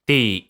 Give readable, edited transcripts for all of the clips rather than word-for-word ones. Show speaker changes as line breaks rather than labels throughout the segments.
第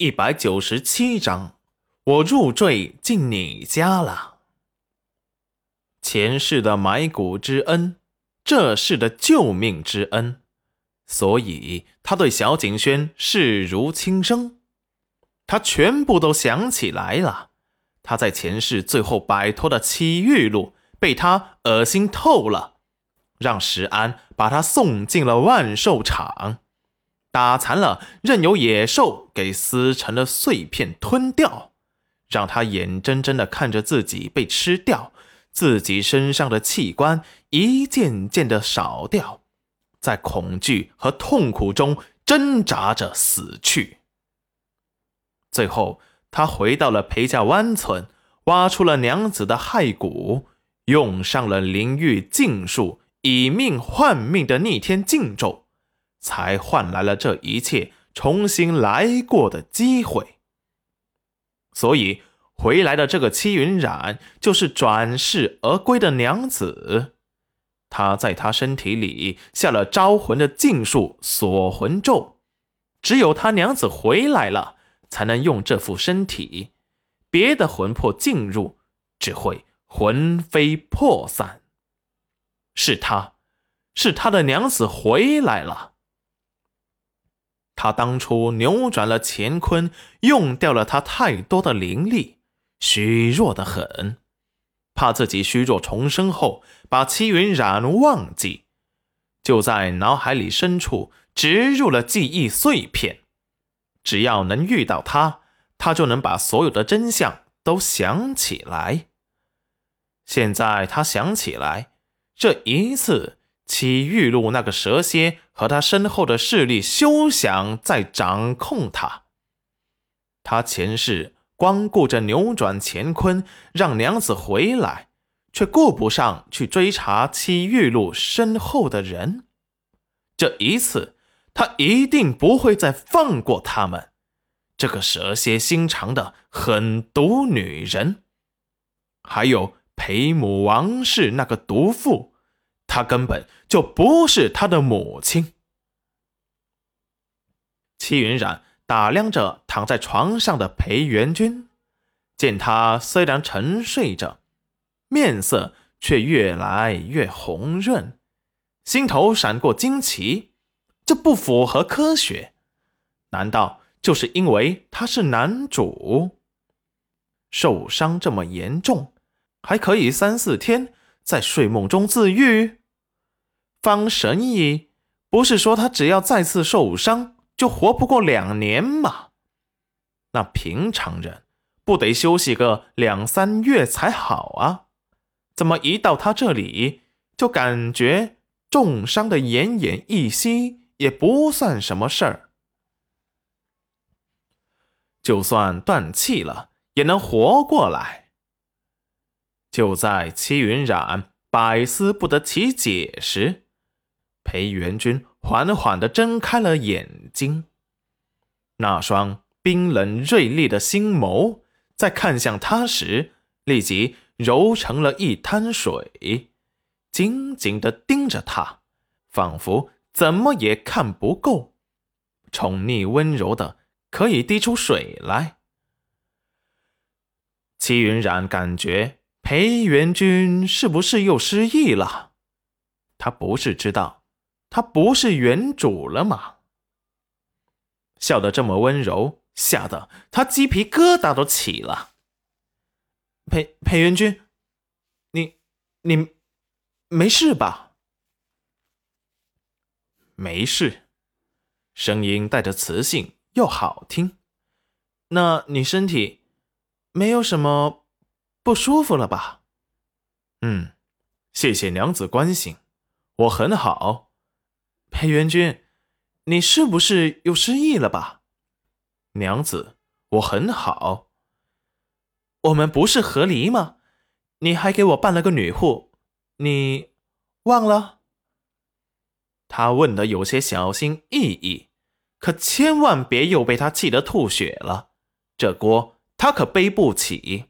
197章，我入赘进你家了。前世的埋骨之恩，这世的救命之恩，所以他对小景轩视如亲生。他全部都想起来了。他在前世最后摆脱的七玉露被他恶心透了，让石安把他送进了万兽场，打残了，任由野兽给撕成了碎片吞掉，让他眼睁睁地看着自己被吃掉，自己身上的器官一件件的少掉，在恐惧和痛苦中挣扎着死去。最后他回到了裴家湾村，挖出了娘子的骸骨，用上了灵域禁术以命换命的逆天禁咒，才换来了这一切重新来过的机会。所以回来的这个戚云染就是转世而归的娘子，她在她身体里下了招魂的禁术锁魂咒，只有她娘子回来了才能用这副身体，别的魂魄进入只会魂飞魄散。是她的娘子回来了。他当初扭转了乾坤，用掉了他太多的灵力，虚弱得很，怕自己虚弱重生后把戚云染忘记，就在脑海里深处植入了记忆碎片，只要能遇到他，他就能把所有的真相都想起来。现在他想起来，这一次戚玉露那个蛇蝎和他身后的势力休想再掌控他。他前世光顾着扭转乾坤，让娘子回来，却顾不上去追查戚玉露身后的人。这一次他一定不会再放过他们，这个蛇蝎心肠的狠毒女人。还有裴母王氏那个毒妇，她根本就不是他的母亲。戚云染打量着躺在床上的裴元君，见他虽然沉睡着，面色却越来越红润，心头闪过惊奇，这不符合科学。难道就是因为他是男主？受伤这么严重，还可以3-4天在睡梦中自愈？方神医不是说他只要再次受伤就活不过2年吗？那平常人不得休息个2-3月才好啊？怎么一到他这里就感觉重伤的奄奄一息也不算什么事儿？就算断气了也能活过来。就在戚云染百思不得其解时，裴元君缓缓地睁开了眼睛，那双冰冷锐利的星眸在看向他时立即揉成了一滩水，紧紧地盯着他，仿佛怎么也看不够，宠溺温柔的可以滴出水来。戚云染感觉裴元君是不是又失忆了？他不是知道他不是原主了吗？笑得这么温柔，吓得他鸡皮疙瘩都起了。裴元君，你没事吧？没事，声音带着磁性又好听。那你身体没有什么不舒服了吧？谢谢娘子关心，我很好。裴元君，你是不是又失忆了吧？娘子，我很好。我们不是和离吗？你还给我办了个女户，你忘了？他问得有些小心翼翼，可千万别又被他气得吐血了，这锅他可背不起。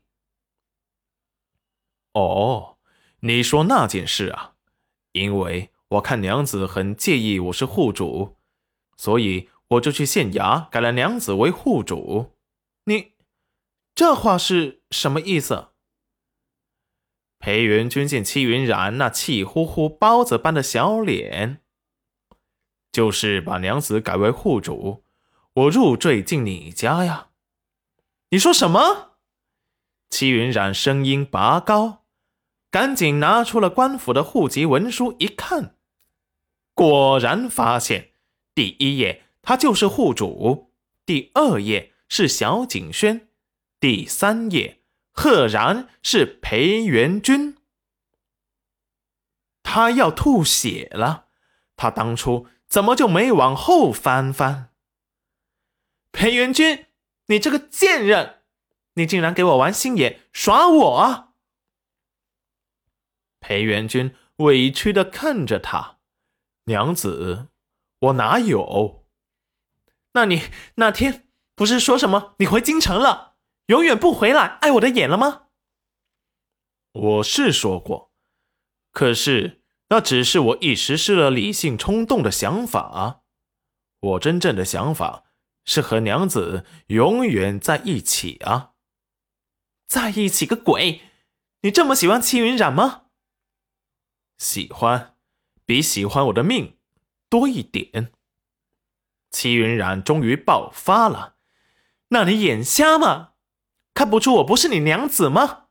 哦，你说那件事啊，因为我看娘子很介意我是户主，所以我就去县衙改了娘子为户主。你这话是什么意思？裴元君见戚云染那气呼呼包子般的小脸，就是把娘子改为户主，我入赘进你家呀。你说什么？戚云染声音拔高，赶紧拿出了官府的户籍文书一看，果然发现第一页他就是户主，第二页是小景轩，第三页赫然是裴元君。他要吐血了，他当初怎么就没往后翻翻？裴元君，你这个贱人，你竟然给我玩心眼，耍我啊！裴元君委屈地看着他，娘子，我哪有？那你那天不是说什么你回京城了，永远不回来碍我的眼了吗？我是说过，可是那只是我一时失了理性冲动的想法，我真正的想法是和娘子永远在一起啊！在一起个鬼！你这么喜欢戚云染吗？喜欢，比喜欢我的命多一点。戚云染终于爆发了，那你眼瞎吗？看不出我不是你娘子吗？